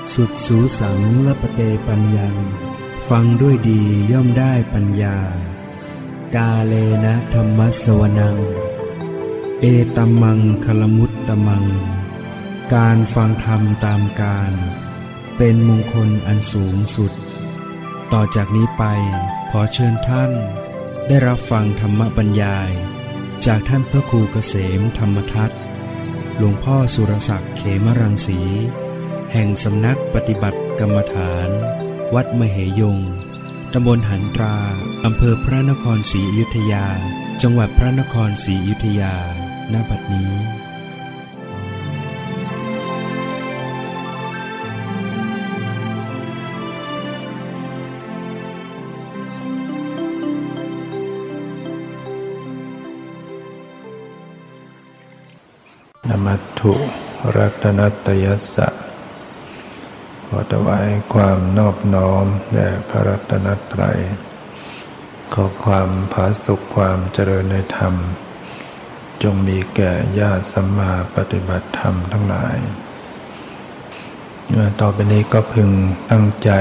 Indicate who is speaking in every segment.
Speaker 1: สุดสูสังละปะเตปัญญังฟังด้วยดีย่อมได้ปัญญากาเลนะธรรมัสสวนังเอตัมมังคลมุตตมังการฟังธรรมตามการเป็นมงคลอันสูงสุดต่อจากนี้ไปขอเชิญท่านได้รับฟังธรรมบรรยายจากท่านพระครูเกษมธรรมทัศน์หลวงพ่อสุรศักดิ์เขมรังสีแห่งสำนักปฏิบัติกรรมฐานวัดมเหยงตำบลหันตราอำเภอพระนครศรีอยุธยาจังหวัดพระนครศรีอยุธยาณ บัดนี้
Speaker 2: นมัตถุรัตนัตยัสสะขอถวายความนอบน้อมแด่พระรัตนตรัยขอความผาสุกความเจริญในธรรมจงมีแก่ญาติสัมมาปฏิบัติธรรมทั้งหลายต่อไปนี้ก็พึงตั้งใจ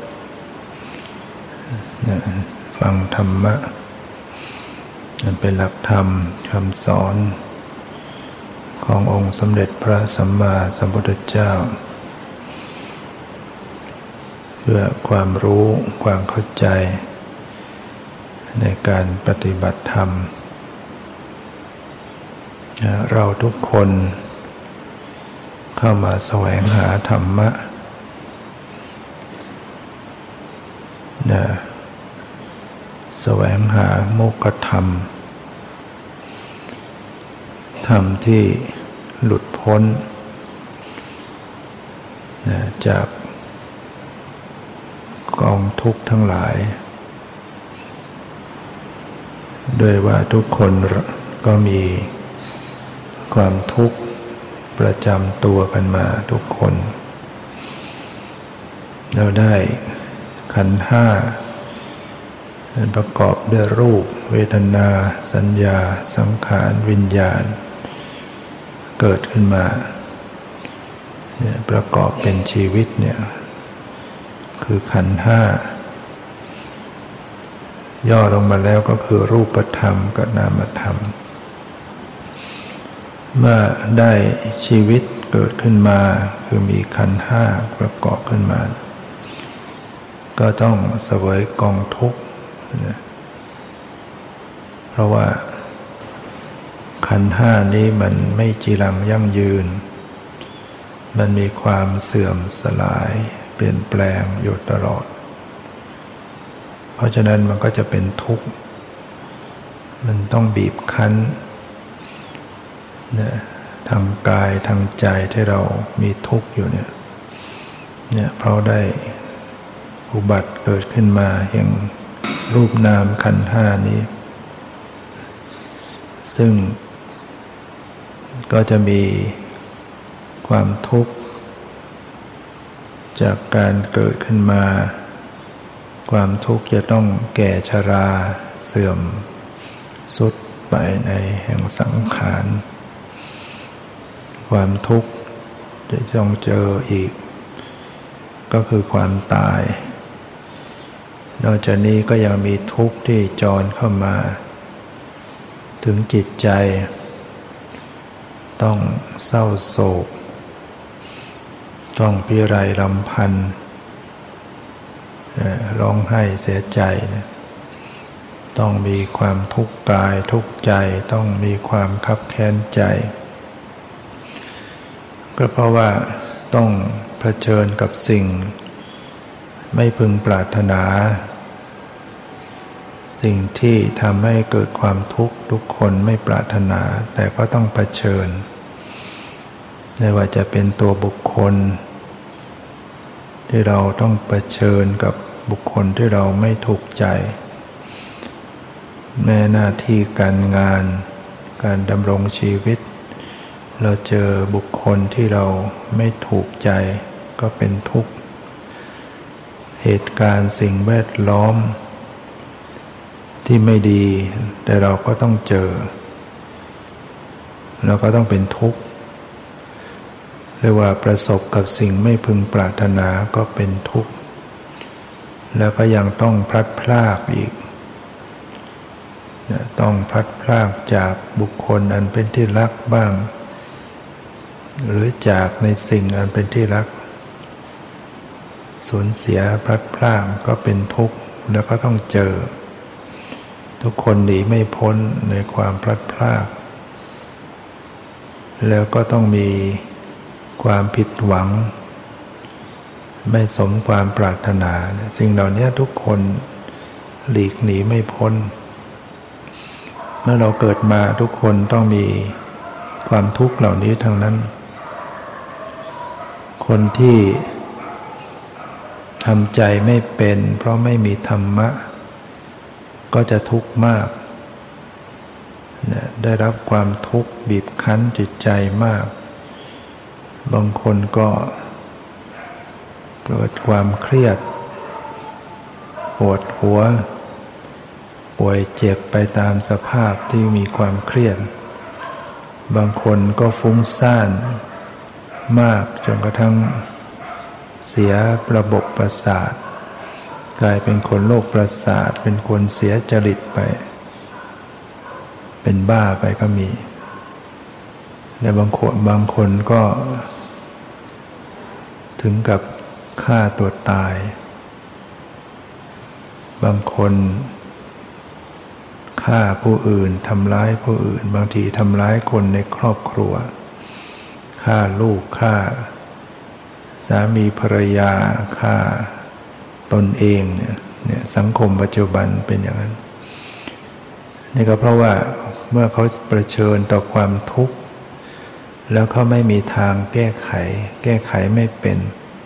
Speaker 2: ฟังธรรมะเป็นหลักธรรมคำสอนขององค์สมเด็จพระสัมมาสัมพุทธเจ้าเพื่อความรู้ความเข้าใจในการปฏิบัติธรรมเราทุกคนเข้ามาแสวงหาธรรมะแสวงหาโมกขธรรมธรรมที่หลุดพ้นจากกองทุกข์ทั้งหลายด้วยว่าทุกคนก็มีความทุกข์ประจำตัวกันมาทุกคนเราได้ขันธ์ห้าประกอบด้วยรูปเวทนาสัญญาสังขารวิญญาณเกิดขึ้นมาประกอบเป็นชีวิตเนี่ยคือขันธ์ห้าย่อลงมาแล้วก็คือรูปธรรมกับนามธรรมเมื่อได้ชีวิตเกิดขึ้นมาคือมีขันธ์ห้าประกอบขึ้นมาก็ต้องเสวยกองทุกข์เพราะว่าขันธ์ห้านี้มันไม่จีรังยั่งยืนมันมีความเสื่อมสลายเปลี่ยนแปลงอยู่ตลอดเพราะฉะนั้นมันก็จะเป็นทุกข์มันต้องบีบคั้นทางกายทางใจที่เรามีทุกข์อยู่เนี่ยเพราะได้อุบัติเกิดขึ้นมาอย่างรูปนามขันธ์ห้านี้ซึ่งก็จะมีความทุกข์จากการเกิดขึ้นมาความทุกข์จะต้องแก่ชราเสื่อมทรุดไปในแห่งสังขารความทุกข์จะต้องเจออีกก็คือความตายนอกจากนี้ก็ยังมีทุกข์ที่จรเข้ามาถึงจิตใจต้องเศร้าโศกต้องพิไรรำพันร้องไห้เสียใจต้องมีความทุกข์กายทุกข์ใจต้องมีความคับแค้นใจก็เพราะว่าต้องเผชิญกับสิ่งไม่พึงปรารถนาสิ่งที่ทำให้เกิดความทุกข์ทุกคนไม่ปรารถนาแต่ก็ต้องเผชิญไม่ว่าจะเป็นตัวบุคคลที่เราต้องเผชิญกับบุคคลที่เราไม่ถูกใจแม้หน้าที่การงานการดำรงชีวิตเราเจอบุคคลที่เราไม่ถูกใจก็เป็นทุกข์เหตุการณ์สิ่งแวดล้อมที่ไม่ดีแต่เราก็ต้องเจอเราก็ต้องเป็นทุกข์เรียกว่าประสบกับสิ่งไม่พึงปรารถนาก็เป็นทุกข์แล้วก็ยังต้องพลัดพรากอีกต้องพลัดพรากจากบุคคลอันเป็นที่รักบ้างหรือจากในสิ่งอันเป็นที่รักสูญเสียพลัดพรากก็เป็นทุกข์แล้วก็ต้องเจอทุกคนหนีไม่พ้นในความพลัดพรากแล้วก็ต้องมีความผิดหวังไม่สมความปรารถนาสิ่งเหล่านี้ทุกคนหลีกหนีไม่พ้นเมื่อเราเกิดมาทุกคนต้องมีความทุกข์เหล่านี้ทั้งนั้นคนที่ทำใจไม่เป็นเพราะไม่มีธรรมะก็จะทุกข์มากได้รับความทุกข์บีบคั้นจิตใจมากบางคนก็เกิดความเครียดปวดหัวป่วยเจ็บไปตามสภาพที่มีความเครียดบางคนก็ฟุ้งซ่านมากจนกระทั่งเสียระบบประสาทกลายเป็นคนโรคประสาทเป็นคนเสียจริตไปเป็นบ้าไปก็มีและบางคนก็ถึงกับฆ่าตัวตายบางคนฆ่าผู้อื่นทำร้ายผู้อื่นบางทีทำร้ายคนในครอบครัวฆ่าลูกฆ่าสามีภรรยาฆ่าตนเองเนี่ยสังคมปัจจุบันเป็นอย่างนั้นนี่ก็เพราะว่าเมื่อเขาเผชิญต่อความทุกข์แล้วเขาไม่มีทางแก้ไขไม่เป็น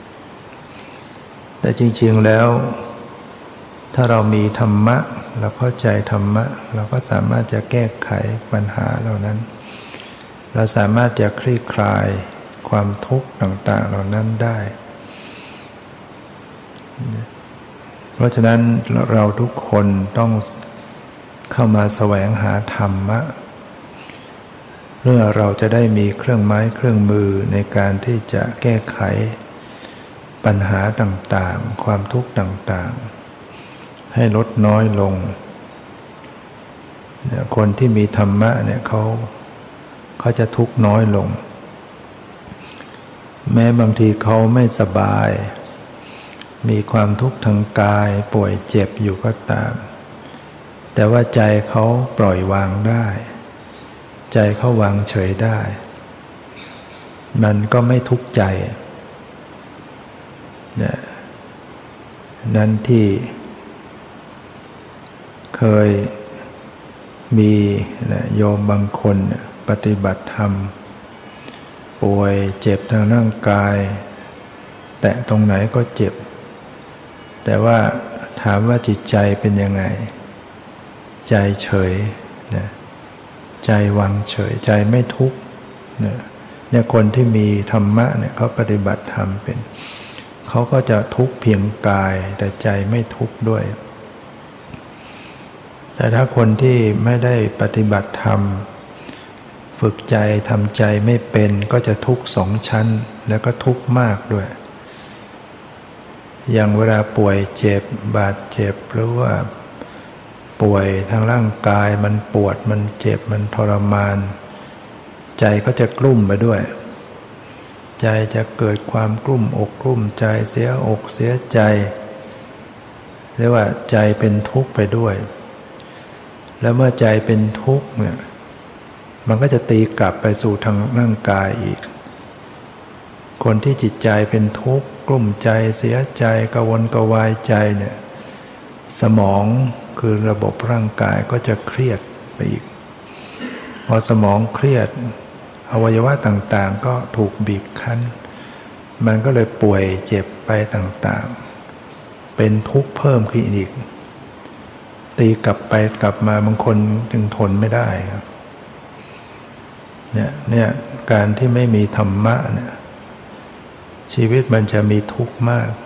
Speaker 2: แต่จริงๆแล้วถ้าเรามีธรรมะเราเข้าใจธรรมะเราก็สามารถจะแก้ไขปัญหาเหล่านั้นเราสามารถจะคลี่คลายความทุกข์ต่างๆเหล่านั้นได้เพราะฉะนั้นเราทุกคนต้องเข้ามาแสวงหาธรรมะเพื่อเราจะได้มีเครื่องไม้เครื่องมือในการที่จะแก้ไขปัญหาต่างๆความทุกข์ต่างๆให้ลดน้อยลงคนที่มีธรรมะเนี่ยเขาจะทุกข์น้อยลงแม้บางทีเขาไม่สบายมีความทุกข์ทางกายป่วยเจ็บอยู่ก็ตามแต่ว่าใจเขาปล่อยวางได้ใจเขาวางเฉยได้มันก็ไม่ทุกข์ใจนั้นที่เคยมีโยมบางคนปฏิบัติธรรมป่วยเจ็บทางร่างกายแตะตรงไหนก็เจ็บแต่ว่าถามว่าจิตใจเป็นยังไงใจเฉยนะใจวางเฉยใจไม่ทุกข์เนี่ยคนที่มีธรรมะเนี่ยเขาปฏิบัติธรรมเป็นเขาก็จะทุกข์เพียงกายแต่ใจไม่ทุกข์ด้วยแต่ถ้าคนที่ไม่ได้ปฏิบัติธรรมฝึกใจทำใจไม่เป็นก็จะทุกข์สองชั้นแล้วก็ทุกข์มากด้วยอย่างเวลาป่วยเจ็บบาดเจ็บหรือว่าป่วยทางร่างกายมันปวดมันเจ็บมันทรมานใจก็จะกลุ้มไปด้วยใจจะเกิดความกลุ้มอกกลุ้มใจเสียอกเสียใจเรียกว่าใจเป็นทุกข์ไปด้วยแล้วเมื่อใจเป็นทุกข์เนี่ยมันก็จะตีกลับไปสู่ทางร่างกายอีกคนที่จิตใจเป็นทุกข์กลุ้มใจเสียใจกระวนกระวายใจเนี่ยสมองคือระบบร่างกายก็จะเครียดไปอีกพอสมองเครียดอวัยวะต่างๆก็ถูกบีบคั้นมันก็เลยป่วยเจ็บไปต่างๆเป็นทุกข์เพิ่มขึ้นอีกตีกลับไปกลับมาบางคนจึงทนไม่ได้ครับเนี่ยการที่ไม่มีธรรมะเนี่ยชีวิตมันจะมีทุกข์มาก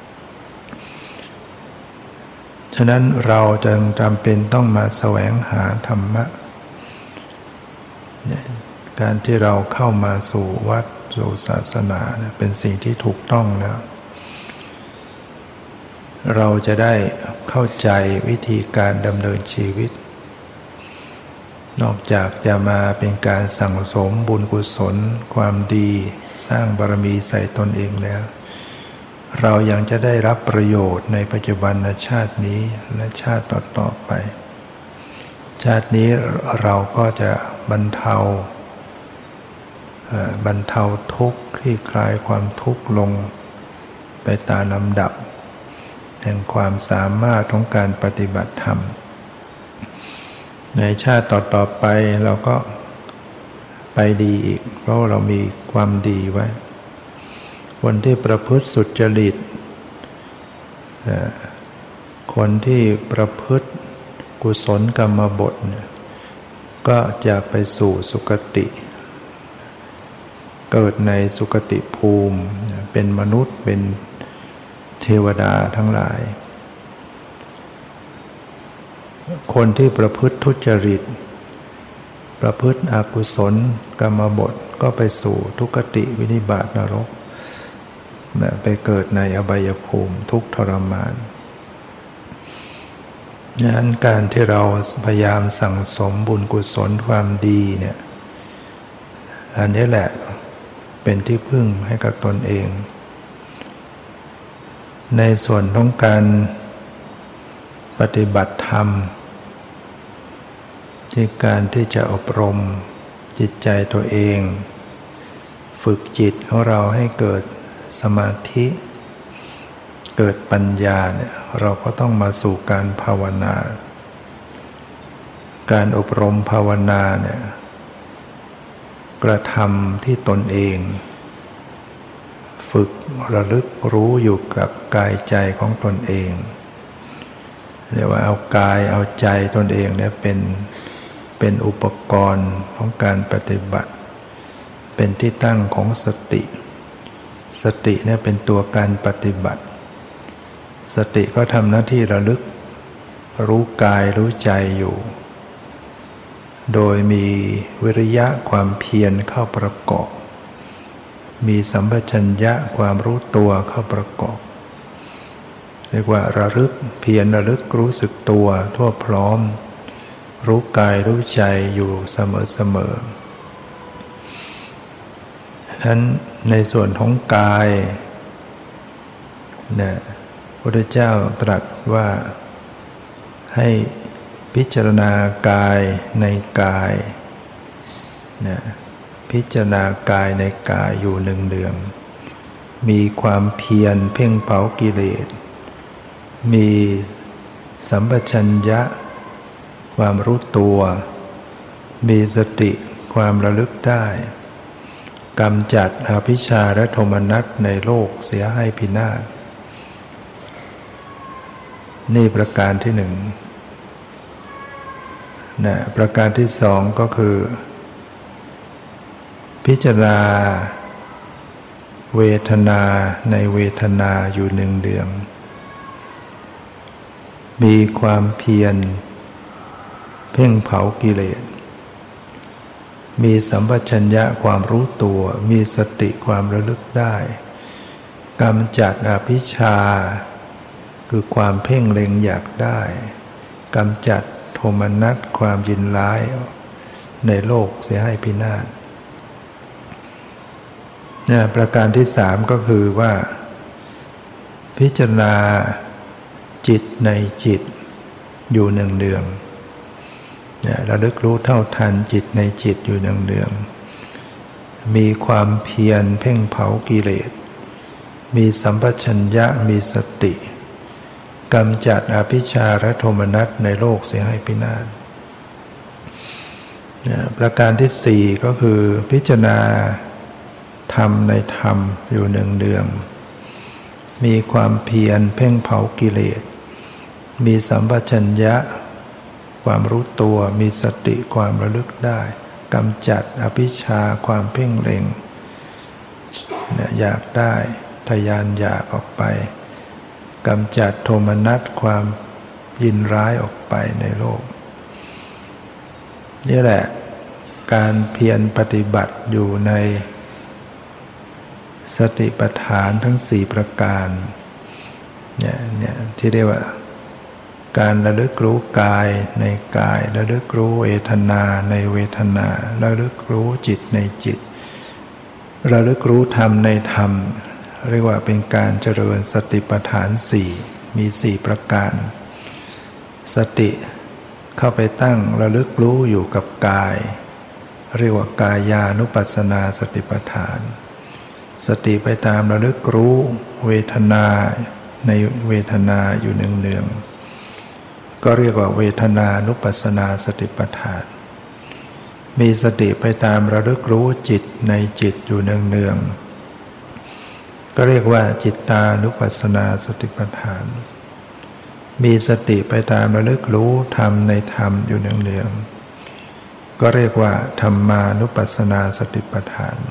Speaker 2: ฉะนั้นเราจึงจำเป็นต้องมาแสวงหาธรรมะการที่เราเข้ามาสู่วัดสู่ศาสนาเป็นสิ่งที่ถูกต้องนะเราจะได้เข้าใจวิธีการดำเนินชีวิตนอกจากจะมาเป็นการสั่งสมบุญกุศลความดีสร้างบารมีใส่ตนเองแล้วเรายังจะได้รับประโยชน์ในปัจจุบันชาตินี้และชาติต่อๆไปชาตินี้เราก็จะบรรเทาทุกข์คลี่คลายความทุกข์ลงไปตามลำดับแห่งความสามารถของการปฏิบัติธรรมในชาติต่อๆไปเราก็ไปดีอีกเพราะเรามีความดีไว้คนที่ประพฤติสุจริตคนที่ประพฤติกุศลกรรมบทก็จะไปสู่สุคติเกิดในสุคติภูมิเป็นมนุษย์เป็นเทวดาทั้งหลายคนที่ประพฤติทุจริตประพฤติอกุศลกรรมบทก็ไปสู่ทุกติวินิบาตนรกไปเกิดในอบายภูมิทุกข์ทรมานดังนั้นการที่เราพยายามสั่งสมบุญกุศลความดีเนี่ยอันนี้แหละเป็นที่พึ่งให้กับตนเองในส่วนของการปฏิบัติธรรมที่การที่จะอบรมจิตใจตัวเองฝึกจิตของเราให้เกิดสมาธิเกิดปัญญาเนี่ยเราก็ต้องมาสู่การภาวนาการอบรมภาวนาเนี่ยกระทำที่ตนเองฝึกระลึกรู้อยู่กับกายใจของตนเองเรียกว่าเอากายเอาใจตนเองเนี่ยเป็นอุปกรณ์ของการปฏิบัติเป็นที่ตั้งของสติเนี่ยเป็นตัวการปฏิบัติสติก็ทำหน้าที่ระลึกรู้กายรู้ใจอยู่โดยมีวิริยะความเพียรเข้าประกอบมีสัมปชัญญะความรู้ตัวเข้าประกอบเรียกว่าระลึกเพียรระลึกรู้สึกตัวทั่วพร้อมรู้กายรู้ใจอยู่เสมอฉะนั้นในส่วนของกายเนี่ยพระพุทธเจ้าตรัสว่าให้พิจารณากายในกายเนี่ยพิจารณากายในกายอยู่เนืองๆมีความเพียรเพ่งเผากิเลสมีสัมปชัญญะความรู้ตัวมีสติความระลึกได้กำจัดอภิชฌาและโทมนัสในโลกเสียให้พินาศนี่ประการที่หนึ่งนะประการที่สองก็คือพิจารณาเวทนาในเวทนาอยู่เนืองๆมีความเพียรเพ่งเผากิเลสมีสัมปชัญญะความรู้ตัวมีสติความระลึกได้กำจัดอภิชฌาคือความเพ่งเล็งอยากได้กำจัดโทมนัสความยินร้ายในโลกเสียให้พินาศประการที่สามก็คือว่าพิจารณาจิตในจิตอยู่เนืองๆระลึกรู้เท่าทันจิตในจิตอยู่เนืองๆมีความเพียรเพ่งเผากิเลสมีสัมปชัญญะมีสติกำจัดอภิชฌาและโทมนัสในโลกเสียให้พินาศประการที่สี่ก็คือพิจารณาธรรมในธรรมอยู่เนืองๆมีความเพียรเพ่งเผากิเลสมีสัมปชัญญะความรู้ตัวมีสติความระลึกได้กำจัดอภิชฌาความเพ่งเล็งอยากได้ทะยานอยากออกไปกำจัดโทมนัสความยินร้ายออกไปในโลกนี่แหละการเพียรปฏิบัติอยู่ในสติปัฏฐานทั้ง4ประการเนี่ยที่เรียกว่าการระลึกรู้กายในกายระลึกรู้เวทนาในเวทนาระลึกรู้จิตในจิตระลึกรู้ธรรมในธรรมเรียกว่าเป็นการเจริญสติปัฏฐาน4มี4ประการสติเข้าไปตั้งระลึกรู้อยู่กับกายเรียกว่ากายานุปัสสนาสติปัฏฐานสติไปตามระลึกรู้เวทนาในเวทนาอยู่เนืองๆก็เรียกว่าเวทนานุปัสสนาสติปัฏฐานมีสติไปตามระลึกรู้จิตในจิตอยู่เนืองๆก็เรียกว่าจิตตานุปัสสนาสติปัฏฐานมีสติไปตามระลึกรู้ธรรมในธรรมอยู่เนืองๆก็เรียกว่าธรรมานุปัสสนาสติปัฏฐาน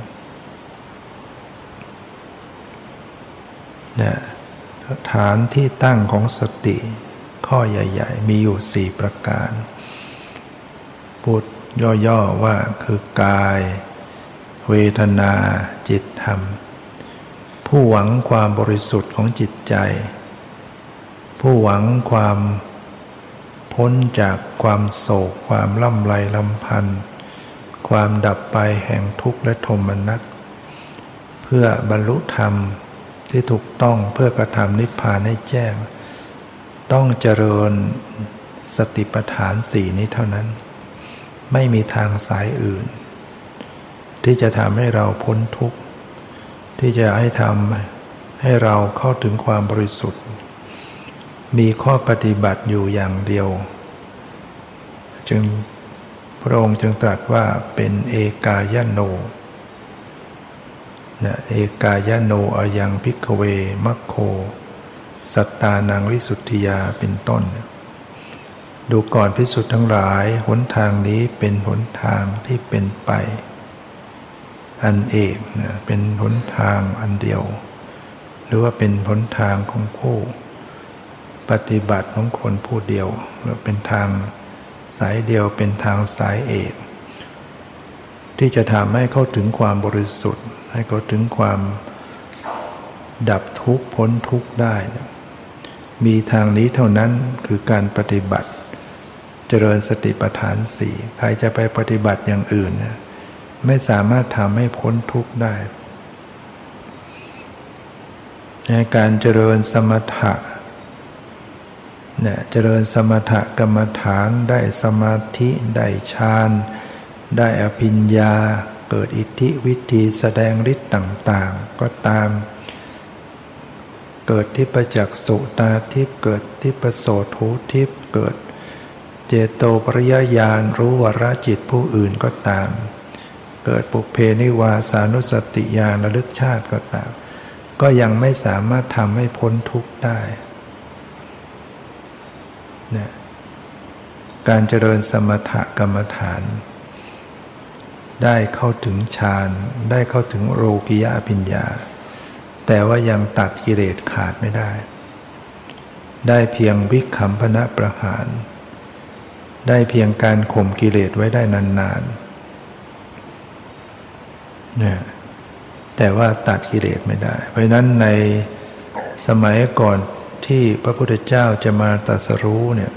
Speaker 2: เนี่ยฐานที่ตั้งของสติข้อใหญ่ๆมีอยู่4ประการพูดย่อๆว่าคือกายเวทนาจิตธรรมผู้หวังความบริสุทธิ์ของจิตใจผู้หวังความพ้นจากความโศกความล่ำไรลำพันธ์ความดับไปแห่งทุกข์และโทมนัสเพื่อบรรลุธรรมที่ถูกต้องเพื่อกระทำนิพพานให้แจ้งต้องเจริญสติปัฏฐาน4นี้เท่านั้นไม่มีทางสายอื่นที่จะทำให้เราพ้นทุกข์ที่จะทำให้เราเข้าถึงความบริสุทธิ์มีข้อปฏิบัติอยู่อย่างเดียวจึงพระองค์จึงตรัสว่าเป็นเอกายโนเอกายโนอายังภิกขเวมัคโคสัตตานังวิสุทธิยาเป็นต้นดูก่อนภิกษุทั้งหลายหนทางนี้เป็นหนทางที่เป็นไปอันเอกเป็นหนทางอันเดียวหรือว่าเป็นหนทางของผู้ปฏิบัติของคนผู้เดียวหรือเป็นทางสายเดียวเป็นทางสายเอกที่จะทำให้เข้าถึงความบริสุทธิ์ให้เข้าถึงความดับทุกข์พ้นทุกข์ได้มีทางนี้เท่านั้นคือการปฏิบัติเจริญสติปัฏฐาน4ใครจะไปปฏิบัติอย่างอื่นไม่สามารถทำให้พ้นทุกข์ได้ในการเจริญสมถะเจริญสมถกรรมฐานได้สมาธิได้ฌานได้อภิญญาเกิดอิทธิวิธีแสดงฤทธิ์ต่างๆก็ตามเกิดทิพจักษุตาทิพย์เกิดทิพโสตหูทิพย์เกิดเจโตปริยญาณรู้วรจิตผู้อื่นก็ตามเกิดปุพเพนิวาสานุสติญาณระลึกชาติก็ตามก็ยังไม่สามารถทำให้พ้นทุกข์ได้การเจริญสมถกรรมฐานได้เข้าถึงฌานได้เข้าถึงโลกิยะอภิญญาแต่ว่ายังตัดกิเลสขาดไม่ได้ได้เพียงวิคัมภนประหารได้เพียงการข่มกิเลสไว้ได้นานๆแต่ว่าตัดกิเลสไม่ได้เพราะนั้นในสมัยก่อนที่พระพุทธเจ้าจะมาตรัสรู้เนี่ย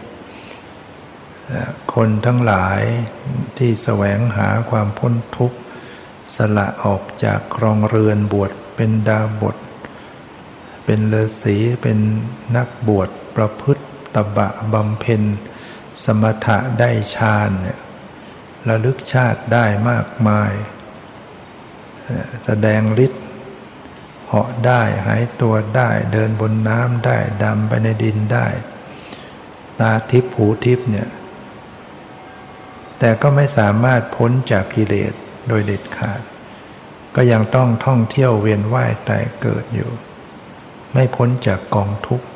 Speaker 2: คนทั้งหลายที่แสวงหาความพ้นทุกข์สละออกจากครองเรือนบวชเป็นดาบสเป็นฤาษีเป็นนักบวชประพฤติตบะบำเพ็ญสมถะได้ฌานเนี่ยระลึกชาติได้มากมายแสดงฤทธิ์เหาะได้หายตัวได้เดินบนน้ำได้ดำไปในดินได้ตาทิพย์หูทิพย์เนี่ยแต่ก็ไม่สามารถพ้นจากกิเลสโดยเด็ดขาดก็ยังต้องท่องเที่ยวเวียนว่ายตายเกิดอยู่ไม่พ้นจากกองทุกข์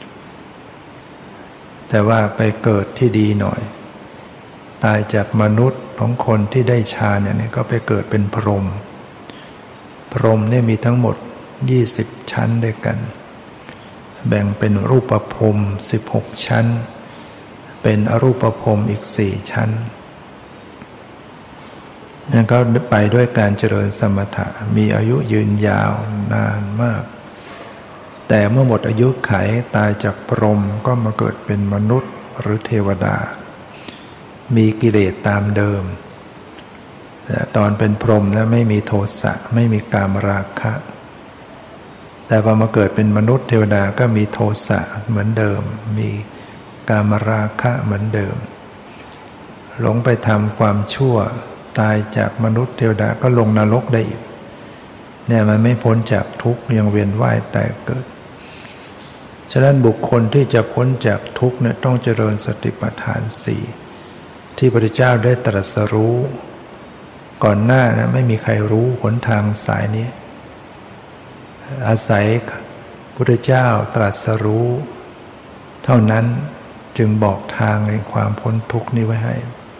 Speaker 2: แต่ว่าไปเกิดที่ดีหน่อยตายจากมนุษย์ของคนที่ได้ฌานเนี่ยก็ไปเกิดเป็นพรหมพรหมเนี่ยมีทั้งหมด20ชั้นด้วยกันแบ่งเป็นรูปพรหม16ชั้นเป็นอรูปพรหมอีก4ชั้นนั่นก็ไปด้วยการเจริญสมถะมีอายุยืนยาวนานมากแต่เมื่อหมดอายุไขตายจากพรหมก็มาเกิดเป็นมนุษย์หรือเทวดามีกิเลสตามเดิมแต่ตอนเป็นพรหมแล้วไม่มีโทสะไม่มีกามราคะแต่พอมาเกิดเป็นมนุษย์เทวดาก็มีโทสะเหมือนเดิมมีกามราคะเหมือนเดิมหลงไปทำความชั่วตายจากมนุษย์เทวดาก็ลงนรกได้อีกเนี่ยมันไม่พ้นจากทุกข์ยังเวียนว่ายตายเกิดฉะนั้นบุคคลที่จะพ้นจากทุกข์เนี่ยต้องเจริญสติปัฏฐานสี่ที่พระพุทธเจ้าได้ตรัสรู้ก่อนหน้านะไม่มีใครรู้หนทางสายนี้อาศัยพระพุทธเจ้าตรัสรู้เท่านั้นจึงบอกทางในความพ้นทุกข์นี้ไว้ให้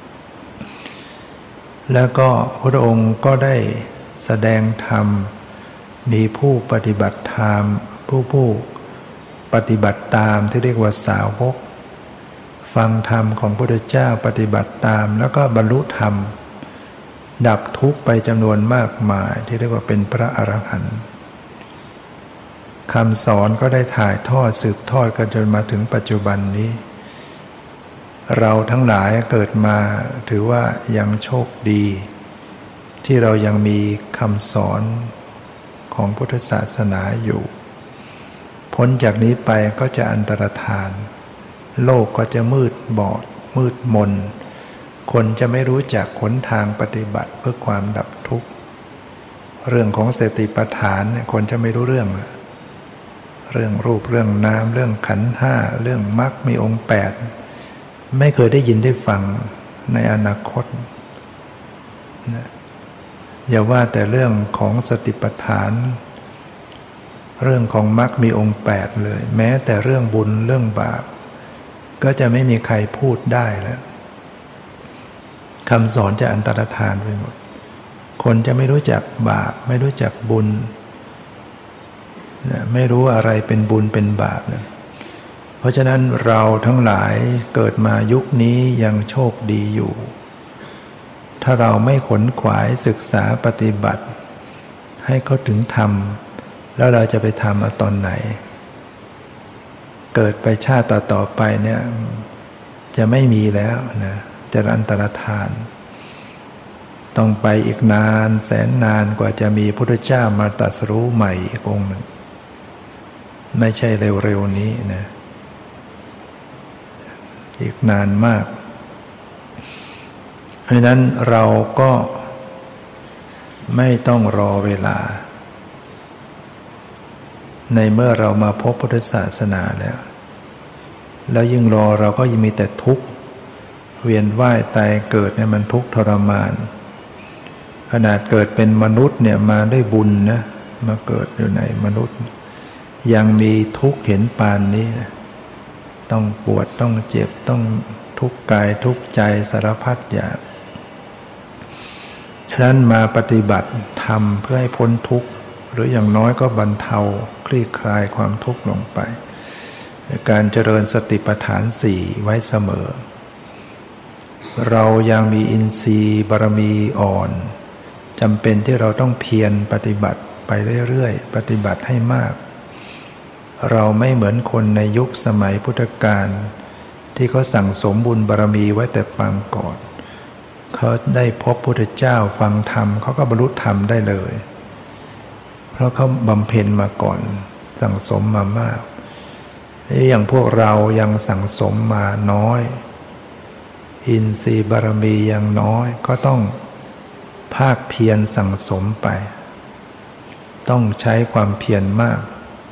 Speaker 2: แล้วก็พระองค์ก็ได้แสดงธรรมมีผู้ปฏิบัติธรรมผู้ปฏิบัติตามที่เรียกว่าสาวกฟังธรรมของพระพุทธเจ้าปฏิบัติตามแล้วก็บรรลุธรรมดับทุกข์ไปจำนวนมากมายที่เรียกว่าเป็นพระอรหันต์คำสอนก็ได้ถ่ายทอดสืบทอดกันจนมาถึงปัจจุบันนี้เราทั้งหลายเกิดมาถือว่ายังโชคดีที่เรายังมีคำสอนของพุทธศาสนาอยู่พ้นจากนี้ไปก็จะอันตรธานโลกก็จะมืดบอดมืดมนคนจะไม่รู้จักหนทางปฏิบัติเพื่อความดับทุกข์เรื่องของสติปัฏฐานเนี่ยคนจะไม่รู้เรื่องรูปเรื่องนามเรื่องขันธ์ห้าเรื่องมรรคมีองค์แปดไม่เคยได้ยินได้ฟังในอนาคตนะอย่าว่าแต่เรื่องของสติปัฏฐานเรื่องของมรรคมีองค์แปดเลยแม้แต่เรื่องบุญเรื่องบาปก็จะไม่มีใครพูดได้แล้วคำสอนจะอันตรธานไปหมดคนจะไม่รู้จักบาปไม่รู้จักบุญไม่รู้อะไรเป็นบุญเป็นบาปนะเพราะฉะนั้นเราทั้งหลายเกิดมายุคนี้ยังโชคดีอยู่ถ้าเราไม่ขวนขวายศึกษาปฏิบัติให้เขาถึงธรรมแล้วเราจะไปทำตอนไหนเกิดไปชาติต่อไปเนี่ยจะไม่มีแล้วนะจะอันตรธานต้องไปอีกนานแสนนานกว่าจะมีพระพุทธเจ้ามาตรัสรู้ใหม่อีกองค์หนึ่งไม่ใช่เร็วๆนี้นะอีกนานมากเพราะนั้นเราก็ไม่ต้องรอเวลาในเมื่อเรามาพบพุทธศาสนาแล้วยิ่งรอเราก็ยังมีแต่ทุกข์เวียนว่ายตายเกิดเนี่ยมันทุกข์ทรมานขนาดเกิดเป็นมนุษย์เนี่ยมาด้วยบุญนะมาเกิดอยู่ในมนุษย์ยังมีทุกข์เห็นปานนี้นะต้องปวดต้องเจ็บต้องทุกข์กายทุกข์ใจสารพัดอย่างฉะนั้นมาปฏิบัติธรรมเพื่อให้พ้นทุกข์หรืออย่างน้อยก็บรรเทาคลี่คลายความทุกข์ลงไปในการเจริญสติปัฏฐานสี่ไว้เสมอเรายังมีอินทรีย์บารมีอ่อนจำเป็นที่เราต้องเพียรปฏิบัติไปเรื่อยๆปฏิบัติให้มากเราไม่เหมือนคนในยุคสมัยพุทธกาลที่เขาสั่งสมบุญบารมีไว้แต่ปางก่อนเขาได้พบพุทธเจ้าฟังธรรมเขาก็บรรลุธรรมได้เลยเพราะเขาบำเพ็ญมาก่อนสั่งสมมามากอย่างพวกเรายังสั่งสมมาน้อยอินทรีย์บารมียังน้อยก็ต้องภาคเพียรสั่งสมไปต้องใช้ความเพียรมาก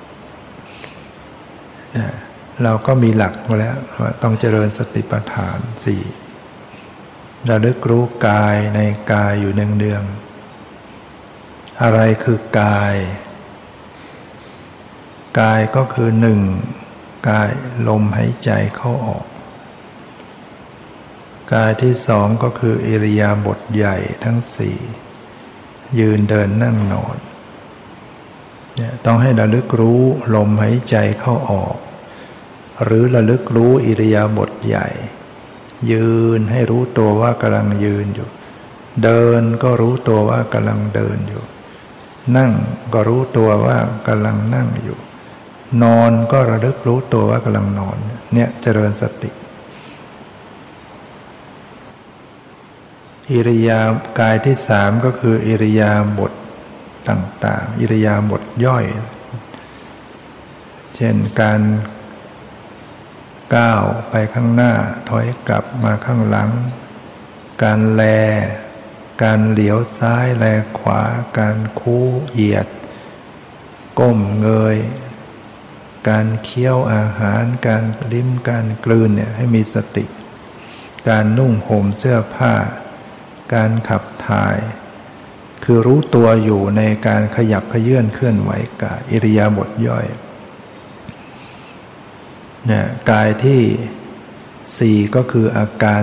Speaker 2: เราก็มีหลักแล้วว่าต้องเจริญสติปัฏฐานสี่ระลึกรู้กายในกายอยู่เนืองๆอะไรคือกายกายก็คือหนึ่งกายลมหายใจเข้าออกกายที่สองก็คืออิริยาบถใหญ่ทั้งสี่ยืนเดินนั่งนอนต้องให้ระลึกรู้ลมหายใจเข้าออกหรือระลึกรู้อิริยาบถใหญ่ยืนให้รู้ตัวว่ากำลังยืนอยู่เดินก็รู้ตัวว่ากำลังเดินอยู่นั่งก็รู้ตัวว่ากำลังนั่งอยู่นอนก็ระลึกรู้ตัวว่ากำลังนอนเนี่ยเจริญสติอิริยาบถกายที่สามก็คืออิริยาบถต่างๆอิริยาบถย่อยเช่นการก้าวไปข้างหน้าถอยกลับมาข้างหลังการแลการเหลียวซ้ายแลขวาการคู้เหยียดก้มเงยการเคี้ยวอาหารการลิ้มการกลืนเนี่ยให้มีสติการนุ่งห่มเสื้อผ้าการขับถ่ายคือรู้ตัวอยู่ในการขยับเขยื้อนเคลื่อนไหวกายอิริยาบถย่อยเนี่ยกายที่สี่ก็คืออาการ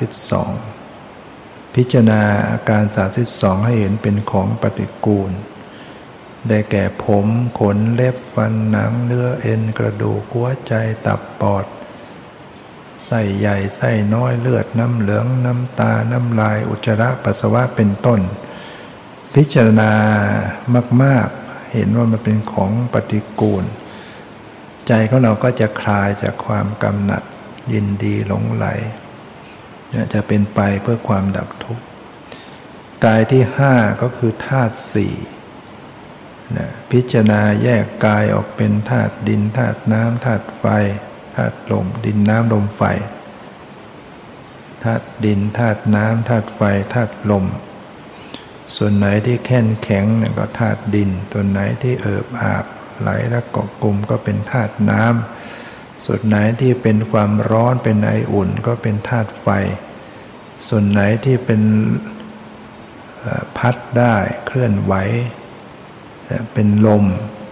Speaker 2: 32พิจารณาอาการ32ให้เห็นเป็นของปฏิกูลได้แก่ผมขนเล็บฟันหนังเนื้อเอ็นกระดูกหัวใจตับปอดไส้ใหญ่ไส้น้อยเลือดน้ำเหลืองน้ำตาน้ำลายอุจจาระปัสสาวะเป็นต้นพิจารณามากๆเห็นว่ามันเป็นของปฏิกูลใจของเราก็จะคลายจากความกำหนัดยินดีหลงไหลจะเป็นไปเพื่อความดับทุกข์กายที่ห้าก็คือธาตุสี่พิจารณาแยกกายออกเป็นธาตุดินธาตุน้ำธาตุไฟธาตุลมดินน้ำลมไฟธาตุดินธาตุน้ำธาตุไฟธาตุลมส่วนไหนที่แข็งแข็งก็ธาตุดินส่วนไหนที่เอิบอาบไหลและเกาะกลุ่มก็เป็นธาตุน้ำส่วนไหนที่เป็นความร้อนเป็นไออุ่นก็เป็นธาตุไฟส่วนไหนที่เป็นพัดได้เคลื่อนไหวเป็นลม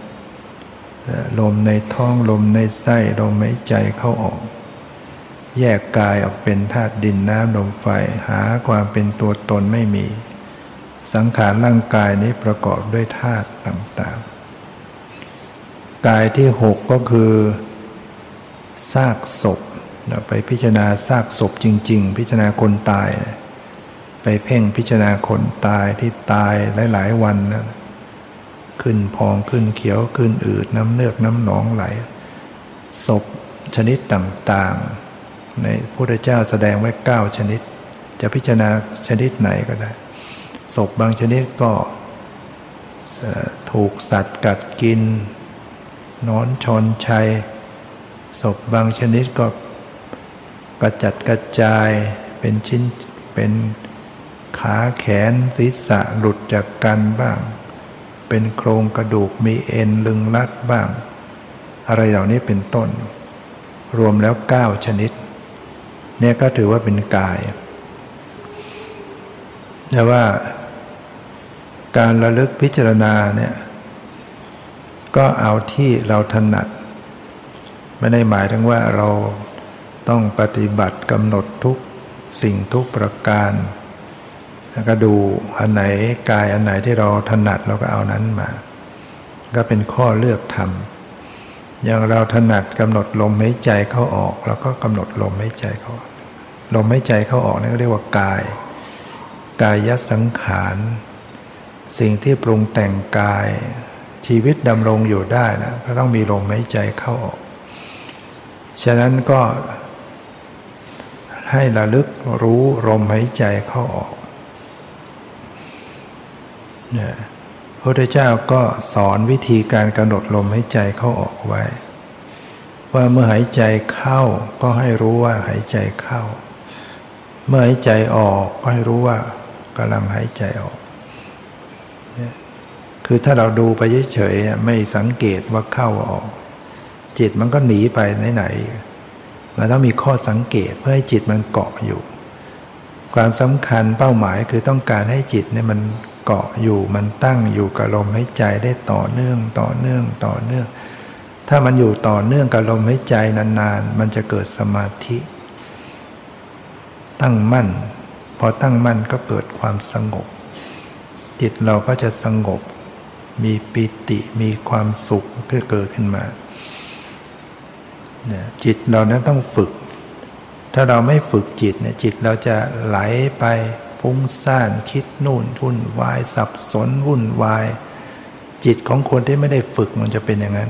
Speaker 2: ในท้องลมในไส้ลมหายใจเข้าออกแยกกายออกเป็นธาตุดินน้ำลมไฟหาความเป็นตัวตนไม่มีสังขารร่างกายนี้ประกอบด้วยธาตุต่างๆกายที่หกก็คือซากศพไปพิจารณาซากศพจริงๆพิจารณาคนตายไปเพ่งพิจารณาคนตายที่ตายหลายๆวันนะขึ้นพองขึ้นเขียวขึ้นอืดน้ำเลือดน้ำหนองไหลศพชนิดต่างๆในพระพุทธเจ้าแสดงไว้9ชนิดจะพิจารณาชนิดไหนก็ได้ศพบางชนิดก็ถูกสัตว์กัดกินนอนชอนชัยศพบางชนิดก็กระจัดกระจายเป็นชิ้นเป็นขาแขนศีรษะหลุดจากกันบ้างเป็นโครงกระดูกมีเอ็นลึงลัดบ้างอะไรเหล่านี้เป็นต้นรวมแล้ว9ชนิดเนี่ยก็ถือว่าเป็นกายแต่ว่าการระลึกพิจารณาเนี่ยก็เอาที่เราถนัดไม่ได้หมายถึงว่าเราต้องปฏิบัติกำหนดทุกสิ่งทุกประการแล้วก็ดูอันไหนกายอันไหนที่เราถนัดเราก็เอานั้นมาก็เป็นข้อเลือกทำอย่างเราถนัดกำหนดลมหายใจเข้าออกเราก็กำหนดลมหายใจเข้าออกลมหายใจเข้าออกนั่นก็เรียกว่ากายสังขารสิ่งที่ปรุงแต่งกายชีวิตดำรงอยู่ได้นะก็ต้องมีลมหายใจเข้าออกฉะนั้นก็ให้ระลึกรู้ลมหายใจเข้าออกพระพุทธเจ้าก็สอนวิธีการกำหนดลมหายใจเข้าออกไว้ว่าเมื่อหายใจเข้าก็ให้รู้ว่าหายใจเข้าเมื่อหายใจออกก็ให้รู้ว่ากำลังหายใจออกคือถ้าเราดูไปเฉยๆไม่สังเกตว่าเข้าออกจิตมันก็หนีไปไหนๆมันต้องมีข้อสังเกตเพื่อให้จิตมันเกาะอยู่ความสำคัญเป้าหมายคือต้องการให้จิตเนี่ยมันเกาะอยู่มันตั้งอยู่กับลมหายใจได้ต่อเนื่องถ้ามันอยู่ต่อเนื่องกับลมหายใจนานๆมันจะเกิดสมาธิตั้งมั่นพอตั้งมั่นก็เกิดความสงบจิตเราก็จะสงบมีปิติมีความสุขเกิดขึ้นมาจิตเรานั้นต้องฝึกถ้าเราไม่ฝึกจิตเนี่ยจิตเราจะไหลไปฟุ้ฟุ้งซ่านคิดนู่นวุ่นวายสับสนวุ่นวายจิตของคนที่ไม่ได้ฝึกมันจะเป็นอย่างนั้น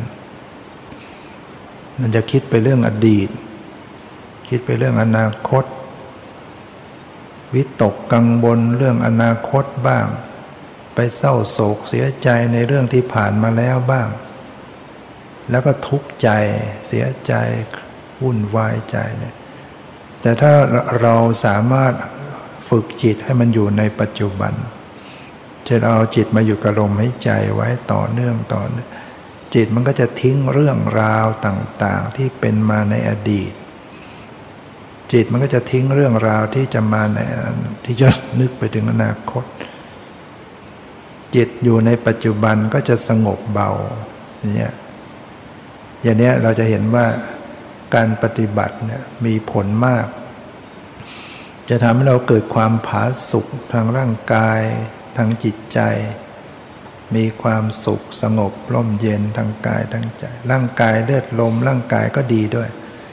Speaker 2: มันจะคิดไปเรื่องอดีตคิดไปเรื่องอนาคตวิตกกังวลเรื่องอนาคตบ้างไปเศร้าโศกเสียใจในเรื่องที่ผ่านมาแล้วบ้างแล้วก็ทุกข์ใจเสียใจวุ่นวายใจเนี่ยแต่ถ้าเราสามารถฝึกจิตให้มันอยู่ในปัจจุบันจะเอาจิตมาอยู่กับลมหายใจไว้ต่อเนื่องจิตมันก็จะทิ้งเรื่องราวต่างๆที่เป็นมาในอดีตจิตมันก็จะทิ้งเรื่องราวที่จะมาในที่จะนึกไปถึงอนาคตจิตอยู่ในปัจจุบันก็จะสงบเบาอย่างเนี้ยเราจะเห็นว่าการปฏิบัติเนี่ยมีผลมากจะทำให้เราเกิดความผาสุกทางร่างกายทางจิตใจมีความสุขสงบร่มเย็นทางกายทางใจร่างกายเลือดลมร่างกายก็ดีด้วย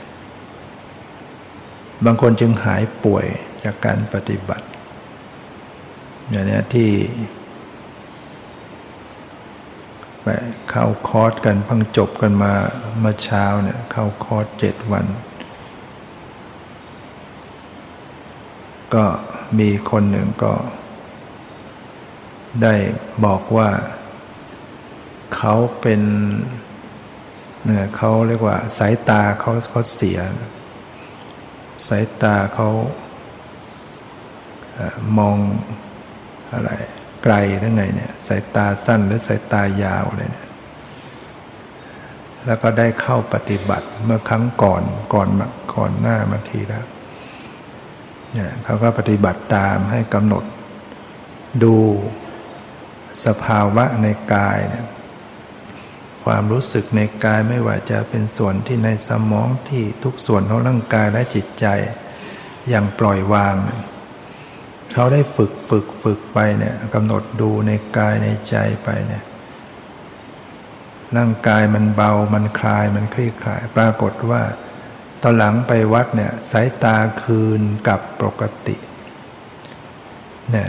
Speaker 2: บางคนจึงหายป่วยจากการปฏิบัติอย่างนี้ที่ไปเข้าคอร์สกันเพิ่งจบกันมาเมื่อเช้าเนี่ยเข้าคอร์ส7 วันก็มีคนหนึ่งก็ได้บอกว่าเขาเป็นเนี่ยเขาเรียกว่าสายตาเขาเสียสายตาเขามองอะไรไกลหรือไงเนี่ยสายตาสั้นหรือสายตายาวอะไรเนี่ยแล้วก็ได้เข้าปฏิบัติเมื่อครั้งก่อนหน้ามาทีแล้วเนี่ยเขาก็ปฏิบัติตามให้กำหนดดูสภาวะในกายเนี่ยความรู้สึกในกายไม่ว่าจะเป็นส่วนที่ในสมองที่ทุกส่วนของร่างกายและจิตใจอย่างปล่อยวางเขาได้ฝึกไปเนี่ยกำหนดดูในกายในใจไปเนี่ยร่างกายมันเบามันคลายมันคลี่คลายปรากฏว่าตอนหลังไปวัดเนี่ยสายตาคืนกับปกติเนี่ย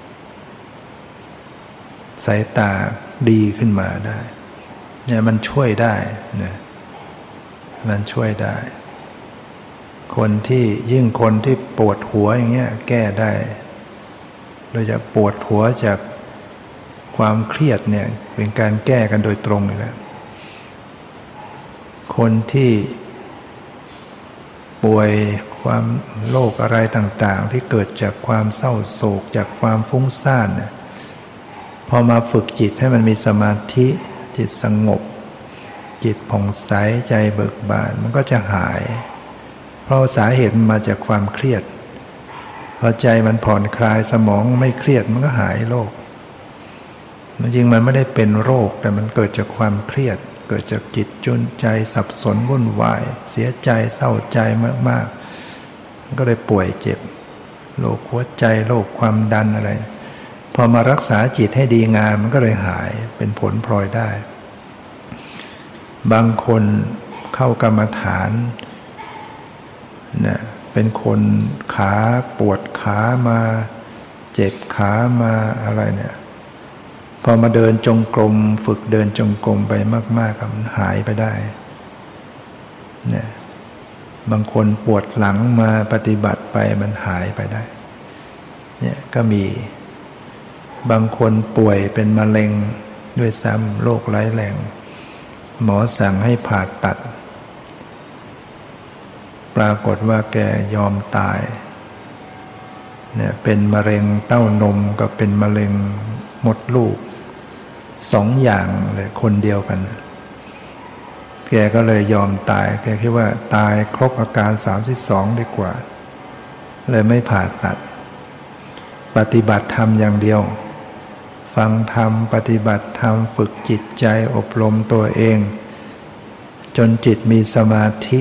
Speaker 2: สายตาดีขึ้นมาได้เนี่ยมันช่วยได้นะมันช่วยได้คนที่ปวดหัวอย่างเงี้ยแก้ได้โดยจะปวดหัวจากความเครียดเนี่ยเป็นการแก้กันโดยตรงอยู่แล้วคนที่ป่วยความโรคอะไรต่างๆที่เกิดจากความเศร้าโศกจากความฟุ้งซ่านเนี่ยพอมาฝึกจิตให้มันมีสมาธิจิตสงบจิตผ่องใสใจเบิกบานมันก็จะหายเพราะสาเหตุมันมาจากความเครียดพอใจมันผ่อนคลายสมองไม่เครียดมันก็หายโรคจริงมันไม่ได้เป็นโรคแต่มันเกิดจากความเครียดเกิดจากจิตจนใจสับสนวุ่นวายเสียใจเศร้าใจมากๆมันก็เลยป่วยเจ็บโรคหัวใจโรคความดันอะไรพอมารักษาจิตให้ดีงามมันก็เลยหายเป็นผลพลอยได้บางคนเข้ากรรมฐานเนี่ยเป็นคนขาปวดขามาเจ็บขามาอะไรเนี่ยพอมาเดินจงกรมฝึกเดินจงกรมไปมากๆมันหายไปได้เนี่ยบางคนปวดหลังมาปฏิบัติไปมันหายไปได้เนี่ยก็มีบางคนป่วยเป็นมะเร็งด้วยซ้ำโรคร้ายแรงหมอสั่งให้ผ่าตัดปรากฏว่าแกยอมตายเนี่ยเป็นมะเร็งเต้านมกับเป็นมะเร็งมดลูก2 อย่างเลยคนเดียวกันแกก็เลยยอมตายแกคิดว่าตายครบอาการ32ดีกว่าเลยไม่ผ่าตัดปฏิบัติธรรมอย่างเดียวฟังธรรมปฏิบัติธรรมฝึกจิตใจอบรมตัวเองจนจิตมีสมาธิ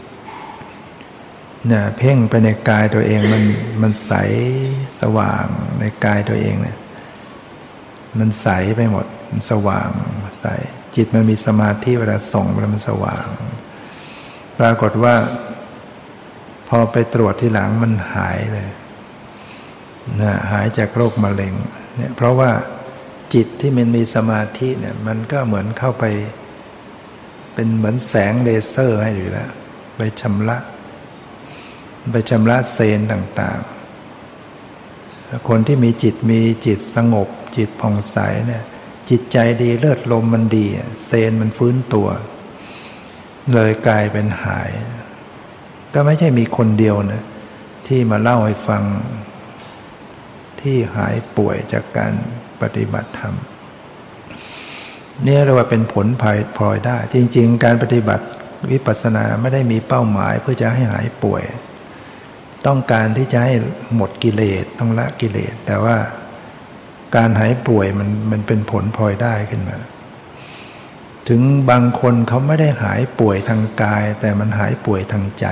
Speaker 2: เนี่ยเพ่งไปในกายตัวเองมันใสสว่างในกายตัวเองเนี่ยมันใสไปหมดมันสว่างใสจิตมันมีสมาธิเวลาส่องเวลามันสว่างปรากฏว่าพอไปตรวจทีหลังมันหายเลยหายจากโรคมะเร็งเนี่ยเพราะว่าจิตที่มันมีสมาธิเนี่ยมันก็เหมือนเข้าไปเป็นเหมือนแสงเลเซอร์ให้อยู่แล้วไปชำระเซลล์ต่างๆคนที่มีจิตสงบจิตผ่องใสเนี่ยจิตใจดีเลือดลมมันดีเซลล์มันฟื้นตัวเลยกลายเป็นหายก็ไม่ใช่มีคนเดียวนะที่มาเล่าให้ฟังที่หายป่วยจากการปฏิบัติธรรมนี่เรียกว่าเป็นผลพลอยได้จริงๆการปฏิบัติวิปัสสนาไม่ได้มีเป้าหมายเพื่อจะให้หายป่วยต้องการที่จะให้หมดกิเลสต้องละกิเลสแต่ว่าการหายป่วยมันเป็นผลพลอยได้ขึ้นมาถึงบางคนเขาไม่ได้หายป่วยทางกายแต่มันหายป่วยทางใจ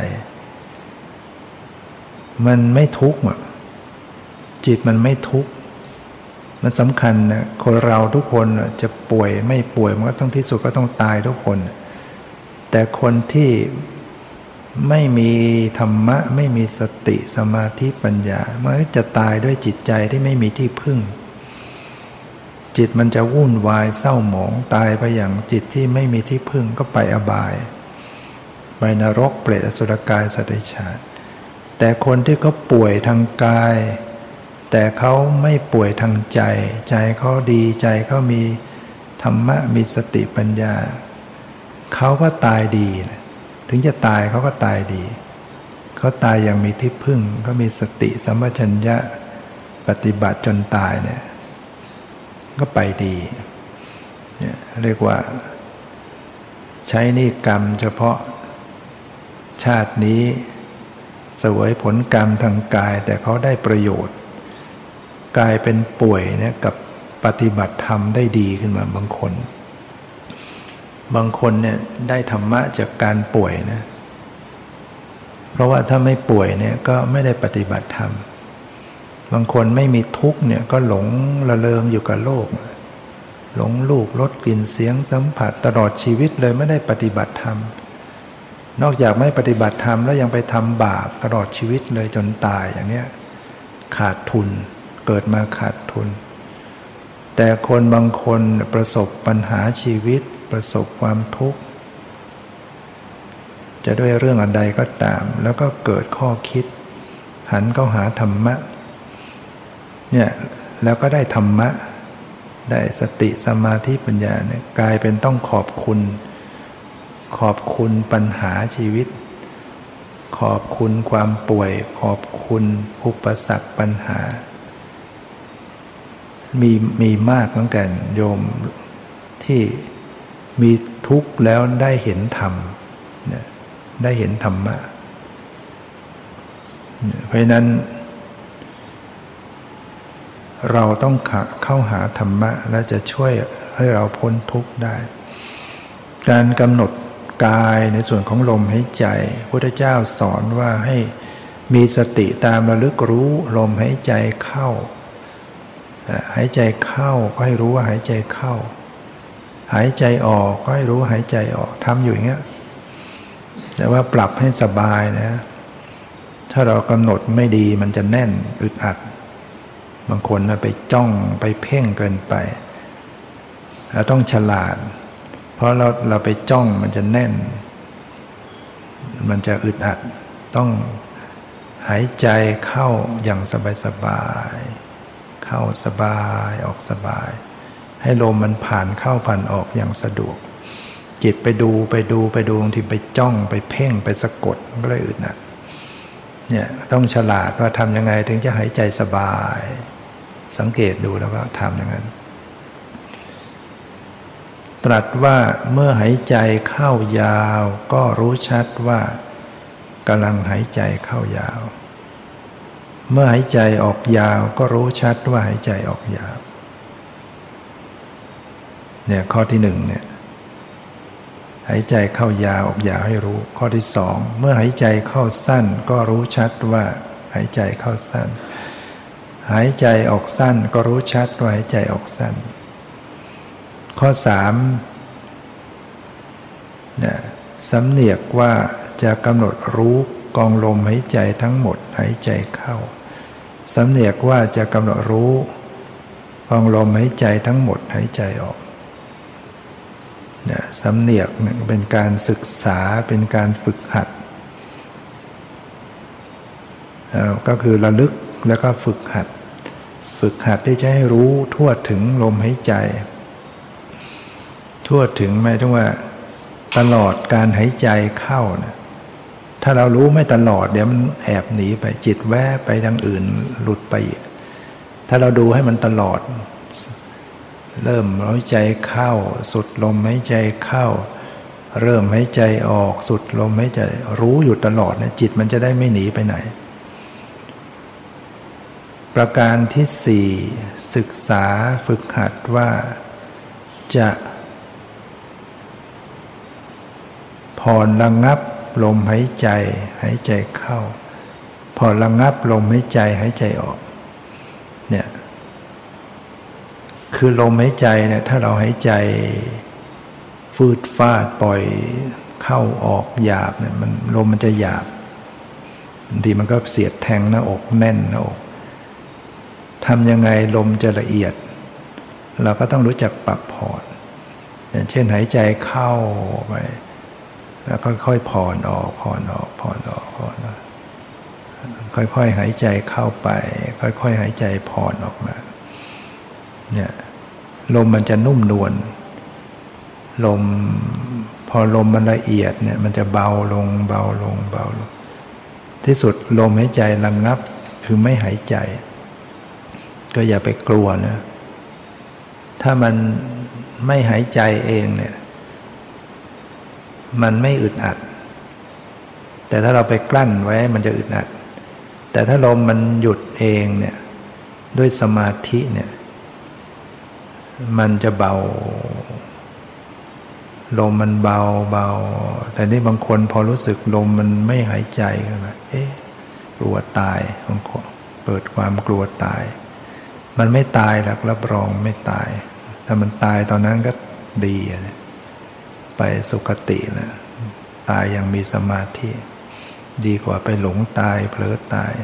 Speaker 2: มันไม่ทุกข์จิตมันไม่ทุกข์มันสำคัญนะคนเราทุกคนจะป่วยไม่ป่วยมันก็ต้องที่สุดก็ต้องตายทุกคนแต่คนที่ไม่มีธรรมะไม่มีสติสมาธิปัญญามันจะตายด้วยจิตใจที่ไม่มีที่พึ่งจิตมันจะวุ่นวายเศร้าหมองตายไปอย่างจิตที่ไม่มีที่พึ่งก็ไปอบายไปนรกเปรตอสุรกายสัตว์เดรัจฉานแต่คนที่เขาป่วยทางกายแต่เขาไม่ป่วยทางใจใจเขาดีใจเขามีธรรมะมีสติปัญญาเขาก็ตายดีถึงจะตายเขาก็ตายดีเขาตายอย่างมีที่พึ่งเขามีสติสัมปชัญญะปฏิบัติจนตายเนี่ยก็ไปดีเนี่ยเรียกว่าใช้นิกรรมเฉพาะชาตินี้เสวยผลกรรมทางกายแต่เขาได้ประโยชน์กลายเป็นป่วยเนี่ยกับปฏิบัติธรรมได้ดีขึ้นมาบางคนเนี่ยได้ธรรมะจากการป่วยนะเพราะว่าถ้าไม่ป่วยเนี่ยก็ไม่ได้ปฏิบัติธรรมบางคนไม่มีทุกข์เนี่ยก็หลงระเริงอยู่กับโลกหลงรูปรสกลิ่นเสียงสัมผัสตลอดชีวิตเลยไม่ได้ปฏิบัติธรรมนอกจากไม่ปฏิบัติธรรมแล้วยังไปทำบาปตลอดชีวิตเลยจนตายอย่างเนี้ยขาดทุนเกิดมาขาดทุนแต่คนบางคนประสบปัญหาชีวิตประสบความทุกข์จะด้วยเรื่องอันใดก็ตามแล้วก็เกิดข้อคิดหันเข้าหาธรรมะเนี่ยแล้วก็ได้ธรรมะได้สติสมาธิปัญญาเนี่ยกลายเป็นต้องขอบคุณปัญหาชีวิตขอบคุณความป่วยขอบคุณอุปสรรคปัญหามีมากเหมือนกันโยมที่มีทุกข์แล้วได้เห็นธรรมได้เห็นธรรมะเพราะฉะนั้นเราต้องเข้าหาธรรมะและจะช่วยให้เราพ้นทุกข์ได้การกำหนดกายในส่วนของลมหายใจพระพุทธเจ้าสอนว่าให้มีสติตามระลึกรู้ลมหายใจเข้าหายใจเข้าก็ให้รู้ว่าหายใจเข้าหายใจออกก็ให้รู้หายใจออกทำอยู่อย่างเงี้ยแต่ว่าปรับให้สบายนะถ้าเรากำหนดไม่ดีมันจะแน่นอึดอัดบางคนไปจ้องไปเพ่งเกินไปเราต้องฉลาดเพราะเราไปจ้องมันจะแน่นมันจะอึดอัดต้องหายใจเข้าอย่างสบายๆเข้าสบายออกสบายให้ลมมันผ่านเข้าผ่านออกอย่างสะดวกจิตไปดูบางทีไปจ้องไปเพ่งไปสะกดก็เลยอึดอัดเนี่ยต้องฉลาดว่าทำยังไงถึงจะหายใจสบายสังเกตดูแล้วก็ทำอย่างนั้นตรัสว่าเมื่อหายใจเข้ายาวก็รู้ชัดว่ากำลังหายใจเข้ายาวเมื่อหายใจออกยาวก็รู้ชัดว่าหายใจออกยาวเนี่ยข้อที่หนึ่งเนี่ยหายใจเข้ายาวออกยาวให้รู้ข้อที่สองเมื่อหายใจเข้าสั้นก็รู้ชัดว่าหายใจเข้าสั้นหายใจออกสั้นก็รู้ชัดว่าหายใจออกสั้นข้อสามเนี่ยสำเนียกว่าจะกำหนดรู้กองลมหายใจทั้งหมดหายใจเข้าสำเนียกว่าจะกำหนดรู้ของลมหายใจทั้งหมดหายใจออกเนี่ยสำเนียกเป็นการศึกษาเป็นการฝึกหัดก็คือระลึกแล้วก็ฝึกหัดที่จะให้รู้ทั่วถึงลมหายใจทั่วถึงหมายถึงว่าตลอดการหายใจเข้านะถ้าเรารู้ไม่ตลอดเดี๋ยวมันแอบหนีไปจิตแวบไปทางอื่นหลุดไปถ้าเราดูให้มันตลอดเริ่มหายใจเข้าสุดลมหายใจเข้าเริ่มหายใจออกสุดลมหายใจรู้อยู่ตลอดนะจิตมันจะได้ไม่หนีไปไหนประการที่สี่ศึกษาฝึกหัดว่าจะผ่อนระงับลมหายใจเข้าผ่อนระงับลมหายใจออกเนี่ยคือลมหายใจเนี่ยถ้าเราหายใจฟืดฟาดปล่อยเข้าออกหยาบเนี่ยลมมันจะหยาบบางทีมันก็เสียดแทงหน้าอกแน่นหน้าอกทำยังไงลมจะละเอียดเราก็ต้องรู้จักปรับผ่อนอย่างเช่นหายใจเข้าไปแล้วค่อยๆผ่อนออกค่อยๆหายใจเข้าไปค่อยๆหายใจผ่อนออกมาเนี่ยลมมันจะนุ่มนวลลมพอลมมันละเอียดเนี่ยมันจะเบาลงที่สุดลมหายใจระงับคือไม่หายใจก็อย่าไปกลัวนะถ้ามันไม่หายใจเองเนี่ยมันไม่อึดอัดแต่ถ้าเราไปกลั้นไว้มันจะอึดอัดแต่ถ้าลมมันหยุดเองเนี่ยด้วยสมาธิเนี่ยมันจะเบาลมมันเบาแต่นี่บางคนพอรู้สึกลมมันไม่หายใจขึ้นมากลัวตายบางคนเปิดความกลัวตายมันไม่ตายหรอกรับรองไม่ตายถ้ามันตายตอนนั้นก็ดีไปสุคตินะตายอย่างมีสมาธิดีกว่าไปหลงตายเผลอตาย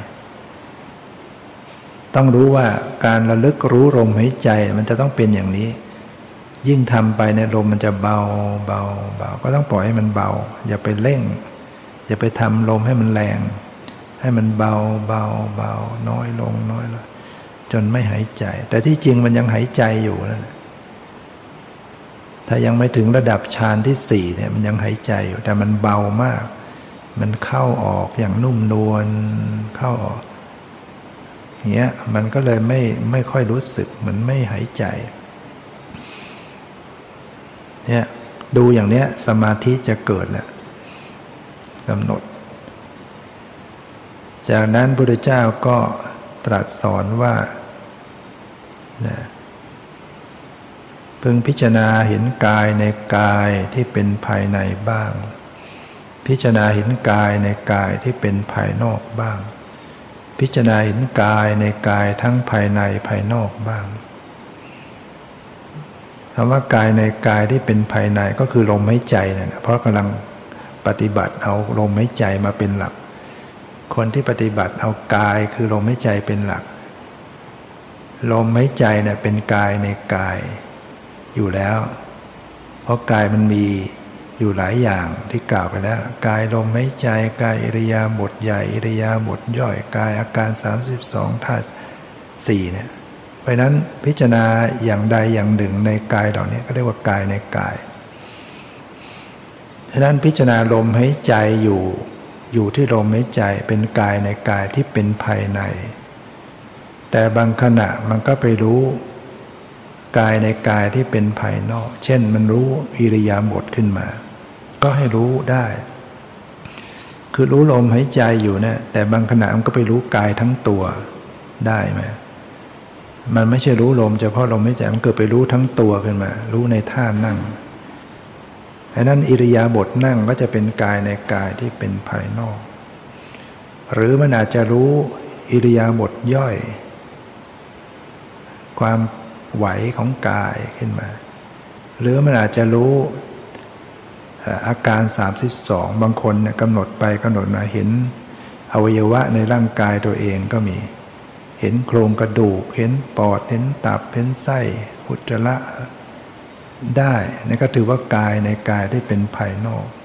Speaker 2: ต้องรู้ว่าการระลึกรู้ลมหายใจมันจะต้องเป็นอย่างนี้ยิ่งทำไปในลมมันจะเบาก็ต้องปล่อยให้มันเบาอย่าไปเร่งอย่าไปทำลมให้มันแรงให้มันเบาน้อยลงจนไม่หายใจแต่ที่จริงมันยังหายใจอยู่นะถ้ายังไม่ถึงระดับฌานที่สี่เนี่ยมันยังหายใจอยู่แต่มันเบามากมันเข้าออกอย่างนุ่มนวลเข้าออกเงี้ยมันก็เลยไม่ค่อยรู้สึกเหมือนไม่หายใจเนี่ยดูอย่างเนี้ยสมาธิจะเกิดแล้วกำหนดจากนั้นพระพุทธเจ้าก็ตรัสสอนว่าพึงพิจารณาเห็นกายในกายที่เป็นภายในบ้างพิจารณาเห็นกายในกายที่เป็นภายนอกบ้างพิจารณาเห็นกายในกายทั้งภายในภายนอกบ้างคำว่ากายในกายที่เป็นภายในก็คือลมหายใจนะเพราะกำลังปฏิบัติเอาลมหายใจมาเป็นหลักคนที่ปฏิบัติเอากายคือลมหายใจเป็นหลักลมหายใจเนี่ยเป็นกายในกายอยู่แล้วเพราะกายมันมีอยู่หลายอย่างที่กล่าวไปแล้วกายลมหายใจกายอิริยาบถใหญ่อิริยาบถย่อยกายอาการ32ธาตุ4เนี่ยเพราะนั้นพิจารณาอย่างใดอย่างหนึ่งในกายเหล่านี้ก็เรียกว่ากายในกายฉะนั้นพิจารณาลมหายใจอยู่ที่ลมหายใจเป็นกายในกายที่เป็นภายในแต่บางขณะมันก็ไปรู้กายในกายที่เป็นภายนอกเช่นมันรู้อิริยาบถขึ้นมาก็ให้รู้ได้คือรู้ลมหายใจอยู่นะแต่บางขณะมันก็ไปรู้กายทั้งตัวได้ไหมมันไม่ใช่รู้ลมเฉพาะลมหายใจมันเกิดไปรู้ทั้งตัวขึ้นมารู้ในท่านั่งเพราะนั้นอิริยาบถนั่งก็จะเป็นกายในกายที่เป็นภายนอกหรือมันอาจจะรู้อิริยาบถย่อยความไหวของกายขึ้นมาหรือมันอาจจะรู้อาการ32บางคนเนี่ยกำหนดไปกำหนดมาเห็นอวัยวะในร่างกายตัวเองก็มีเห็นโครงกระดูกเห็นปอดเห็นตับเห็นไส้อุจจาระได้นี่ก็ถือว่ากายในกายที่เป็นภายนอก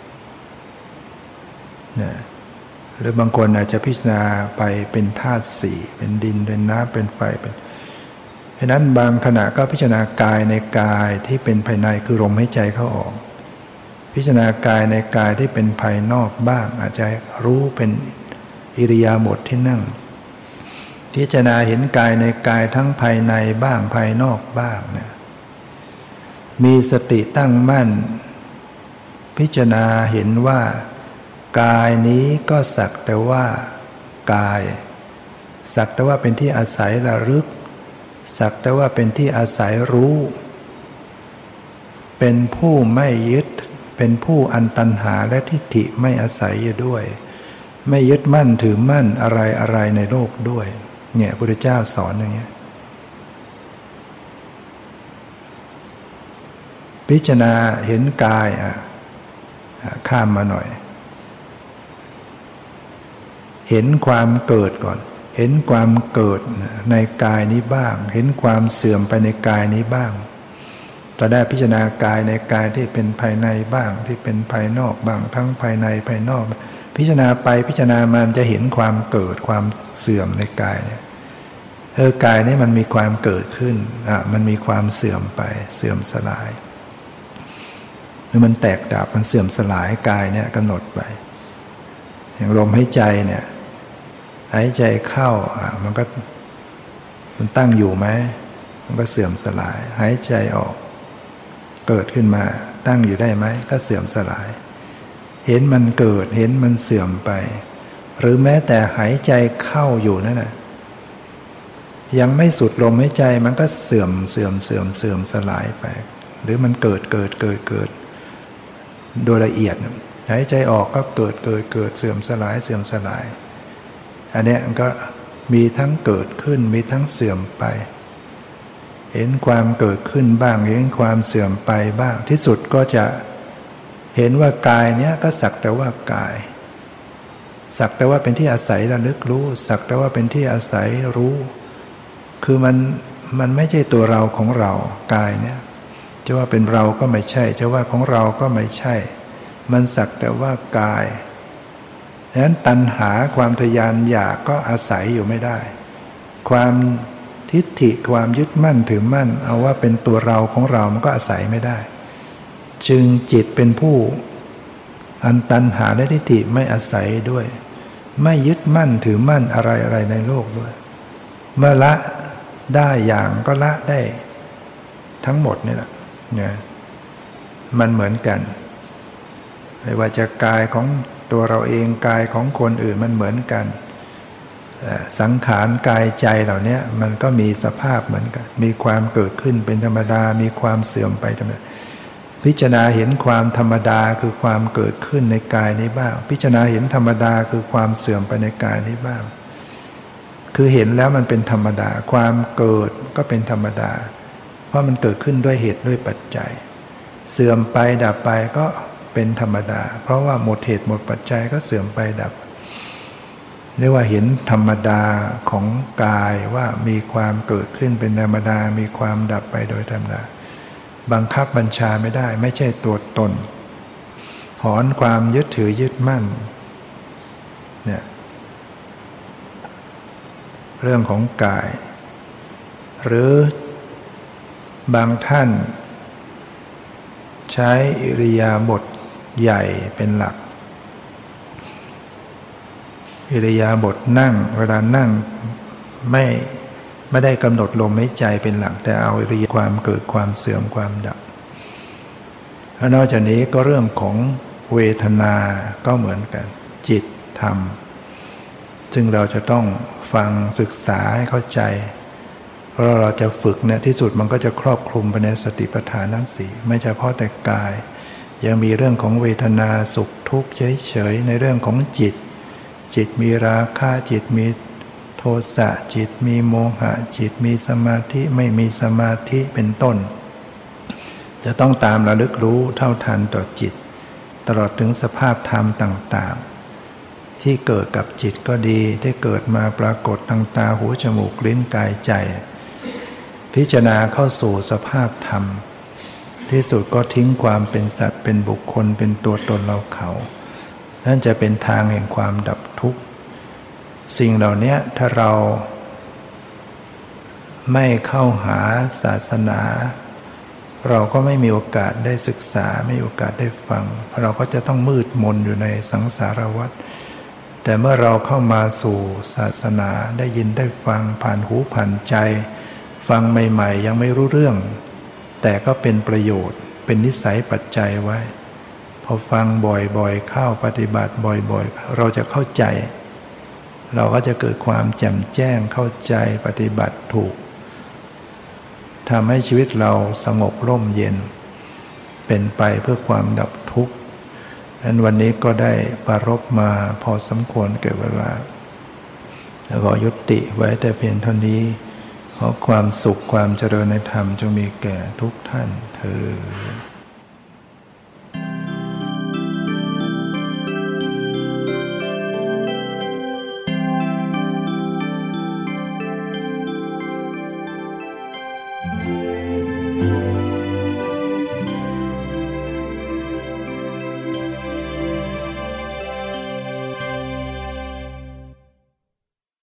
Speaker 2: นะหรือบางคนอาจจะพิจารณาไปเป็นธาตุสี่เป็นดินเป็นน้ำเป็นไฟเป็นฉะนั้นบางขณะก็พิจารณากายในกายที่เป็นภายในคือลมหายใจเข้าออกพิจารณากายในกายที่เป็นภายนอกบ้างอาจจะรู้เป็นอิริยาบถที่นั่งพิจารณาเห็นกายในกายทั้งภายในบ้างภายนอกบ้างเนี่ยมีสติตั้งมั่นพิจารณาเห็นว่ากายนี้ก็สักแต่ว่ากายสักแต่ว่าเป็นที่อาศัยระลึกสักแต่ว่าเป็นที่อาศัยรู้เป็นผู้ไม่ยึดเป็นผู้อันตัณหาและทิฏฐิไม่อาศัยอยู่ด้วยไม่ยึดมั่นถือมั่นอะไรในโลกด้วยเนี่ยพระพุทธเจ้าสอนอย่างเงี้ยพิจารณาเห็นกายข้ามมาหน่อยเห็นความเกิดก่อนเห็นความเกิดในกายนี้บ้างเห็นความเสื่อมไปในกายนี้บ้างจะได้พิจารณากายในกายที่เป็นภายในบ้างที่เป็นภายนอกบ้างทั้งภายในภายนอกพิจารณาไปพิจารณามาจะเห็นความเกิดความเสื่อมในกายเนี่ยกายนี้มันมีความเกิดขึ้นมันมีความเสื่อมไปเสื่อมสลายมันแตกดับมันเสื่อมสลายกายเนี่ยกำหนดไปอย่างลมหายใจเนี่ยหายใจเข้ามันตั้งอยู่ไหมมันก็เสื่อมสลายหายใจออกเกิดขึ้นมาตั้งอยู่ได้ไหมก็เสื่อมสลายเห็นมันเกิดเห็นมันเสื่อมไปหรือแม้แต่หายใจเข้าอยู่นั่นน่ะยังไม่สุดลมหายใจมันก็เสื่อมสลายไปหรือมันเกิดโดยละเอียดหายใจออกก็เกิดเสื่อมสลายอันเนี้ยมันก็มีทั้งเกิดขึ้นมีทั้งเสื่อมไปเห็นความเกิดขึ้นบ้างเห็นความเสื่อมไปบ้างที่สุดก็จะเห็นว่ากายเนี้ยก็สักแต่ว่ากายสักแต่ว่าเป็นที่อาศัยระลึกรู้สักแต่ว่าเป็นที่อาศัยรู้คือมันไม่ใช่ตัวเราของเรากายเนี่ยจะว่าเป็นเราก็ไม่ใช่จะว่าของเราก็ไม่ใช่มันสักแต่ว่ากายฉะนั้นตัณหาความทยานอยากก็อาศัยอยู่ไม่ได้ความทิฏฐิความยึดมั่นถือมั่นเอาว่าเป็นตัวเราของเรามันก็อาศัยไม่ได้จึงจิตเป็นผู้อันตัณหาและทิฏฐิไม่อาศัยด้วยไม่ยึดมั่นถือมั่นอะไรในโลกด้วยเมื่อละได้อย่างก็ละได้ทั้งหมดนี่แหละนะมันเหมือนกันไม่ว่าจะกายของตัวเราเองกายของคนอื่นมันเหมือนกันสังขารกายใจเหล่านี้มันก็มีสภาพเหมือนกันมีความเกิดขึ้นเป็นธรรมดามีความเสื่อมไปธรรมดาพิจารณาเห็นความธรรมดาคือความเกิดขึ้นในกายนี้บ้างพิจารณาเห็นธรรมดาคือความเสื่อมไปในกายนี้บ้างคือเห็นแล้วมันเป็นธรรมดาความเกิดก็เป็นธรรมดาเพราะมันเกิดขึ้นด้วยเหตุด้วยปัจจัยเสื่อมไปดับไปก็เป็นธรรมดาเพราะว่าหมดเหตุหมดปัจจัยก็เสื่อมไปดับเรียกว่าเห็นธรรมดาของกายว่ามีความเกิดขึ้นเป็นธรรมดามีความดับไปโดยธรรมดาบังคับบัญชาไม่ได้ไม่ใช่ตัวตนถอนความยึดถือยึดมั่นเนี่ยเรื่องของกายหรือบางท่านใช้อิริยาบถใหญ่เป็นหลักอิริยาบถนั่งเวลานั่งไม่ได้กำหนดลมหายใจเป็นหลักแต่เอาอิริยาบถความเกิดความเสื่อมความดับแล้วนอกจากนี้ก็เรื่องของเวทนาก็เหมือนกันจิตธรรมซึ่งเราจะต้องฟังศึกษาให้เข้าใจเพราะเราจะฝึกเนี่ยที่สุดมันก็จะครอบคลุมไปในสติปัฏฐานทั้งสี่ไม่เฉพาะแต่กายยังมีเรื่องของเวทนาสุขทุกข์เฉยๆในเรื่องของจิตมีราคะจิตมีโทสะจิตมีโมหะจิตมีสมาธิไม่มีสมาธิเป็นต้นจะต้องตามระลึกรู้เท่าทันต่อจิตตลอดถึงสภาพธรรมต่างๆที่เกิดกับจิตก็ดีที่เกิดมาปรากฏทางตาหูจมูกลิ้นกายใจพิจารณาเข้าสู่สภาพธรรมที่สุดก็ทิ้งความเป็นสัตว์เป็นบุคคลเป็นตัวตนเราเขานั่นจะเป็นทางแห่งความดับทุกข์สิ่งเหล่านี้ถ้าเราไม่เข้าหาศาสนาเราก็ไม่มีโอกาสได้ศึกษาไม่มีโอกาสได้ฟังเราก็จะต้องมืดมนอยู่ในสังสารวัฏแต่เมื่อเราเข้ามาสู่ศาสนาได้ยินได้ฟังผ่านหูผ่านใจฟังใหม่ๆยังไม่รู้เรื่องแต่ก็เป็นประโยชน์เป็นนิสัยปัจจัยไว้พอฟังบ่อยๆเข้าปฏิบัติบ่อยๆเราจะเข้าใจเราก็จะเกิดความแจ่มแจ้งเข้าใจปฏิบัติถูกทำให้ชีวิตเราสงบร่มเย็นเป็นไปเพื่อความดับทุกข์นั้นวันนี้ก็ได้ปรารภมาพอสมควรแก่เวลาแล้วก็ยุติไว้แต่เพียงเท่านี้ขอความสุขความเจริญในธรรมจงมีแก่ทุกท่านเทอญ
Speaker 3: Mm-hmm.